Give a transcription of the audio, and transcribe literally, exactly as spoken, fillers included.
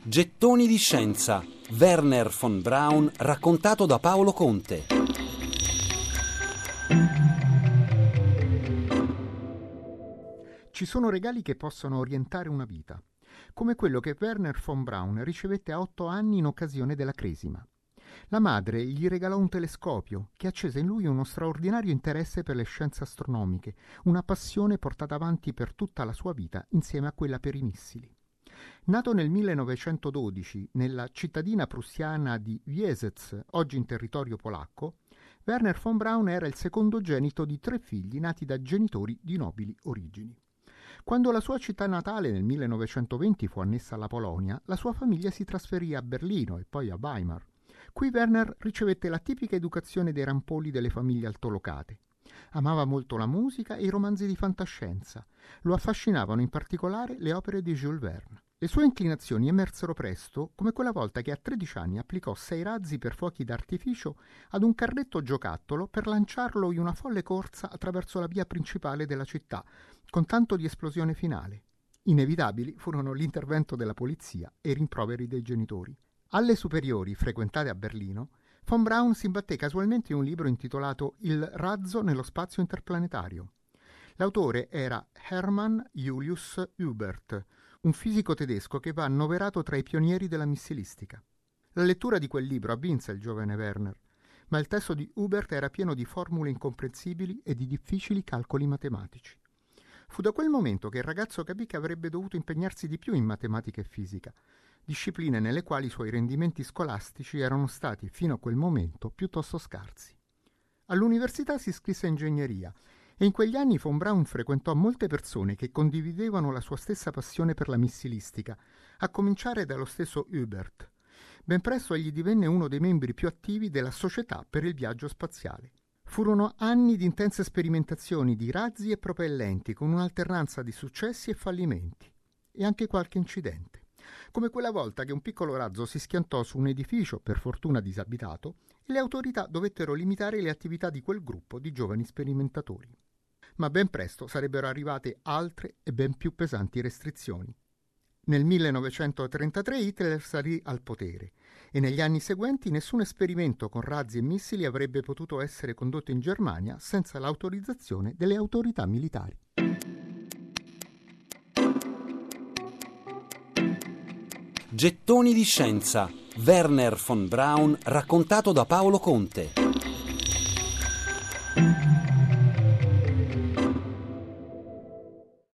Gettoni di scienza. Werner von Braun raccontato da Paolo Conte. Ci sono regali che possono orientare una vita, come quello che Werner von Braun ricevette a otto anni in occasione della Cresima. La madre gli regalò un telescopio che accese in lui uno straordinario interesse per le scienze astronomiche, una passione portata avanti per tutta la sua vita insieme a quella per i missili. Nato nel millenovecentododici nella cittadina prussiana di Wieżec, oggi in territorio polacco, Werner von Braun era il secondogenito di tre figli nati da genitori di nobili origini. Quando la sua città natale nel millenovecentoventi fu annessa alla Polonia, la sua famiglia si trasferì a Berlino e poi a Weimar. Qui Werner ricevette la tipica educazione dei rampolli delle famiglie altolocate. Amava molto la musica e i romanzi di fantascienza. Lo affascinavano in particolare le opere di Jules Verne. Le sue inclinazioni emersero presto, come quella volta che a tredici anni applicò sei razzi per fuochi d'artificio ad un carretto giocattolo per lanciarlo in una folle corsa attraverso la via principale della città, con tanto di esplosione finale. Inevitabili furono l'intervento della polizia e i rimproveri dei genitori. Alle superiori, frequentate a Berlino, von Braun si imbatté casualmente in un libro intitolato Il razzo nello spazio interplanetario. L'autore era Hermann Julius Hubert, un fisico tedesco che va annoverato tra i pionieri della missilistica. La lettura di quel libro avvinse il giovane Werner, ma il testo di Hubert era pieno di formule incomprensibili e di difficili calcoli matematici. Fu da quel momento che il ragazzo capì che avrebbe dovuto impegnarsi di più in matematica e fisica, discipline nelle quali i suoi rendimenti scolastici erano stati, fino a quel momento, piuttosto scarsi. All'università si iscrisse a ingegneria e in quegli anni von Braun frequentò molte persone che condividevano la sua stessa passione per la missilistica, a cominciare dallo stesso Hubert. Ben presto egli divenne uno dei membri più attivi della Società per il Viaggio Spaziale. Furono anni di intense sperimentazioni di razzi e propellenti, con un'alternanza di successi e fallimenti, e anche qualche incidente, come quella volta che un piccolo razzo si schiantò su un edificio, per fortuna disabitato, e le autorità dovettero limitare le attività di quel gruppo di giovani sperimentatori. Ma ben presto sarebbero arrivate altre e ben più pesanti restrizioni. Nel millenovecentotrentatré Hitler salì al potere e negli anni seguenti nessun esperimento con razzi e missili avrebbe potuto essere condotto in Germania senza l'autorizzazione delle autorità militari. Gettoni di scienza. Werner von Braun raccontato da Paolo Conte.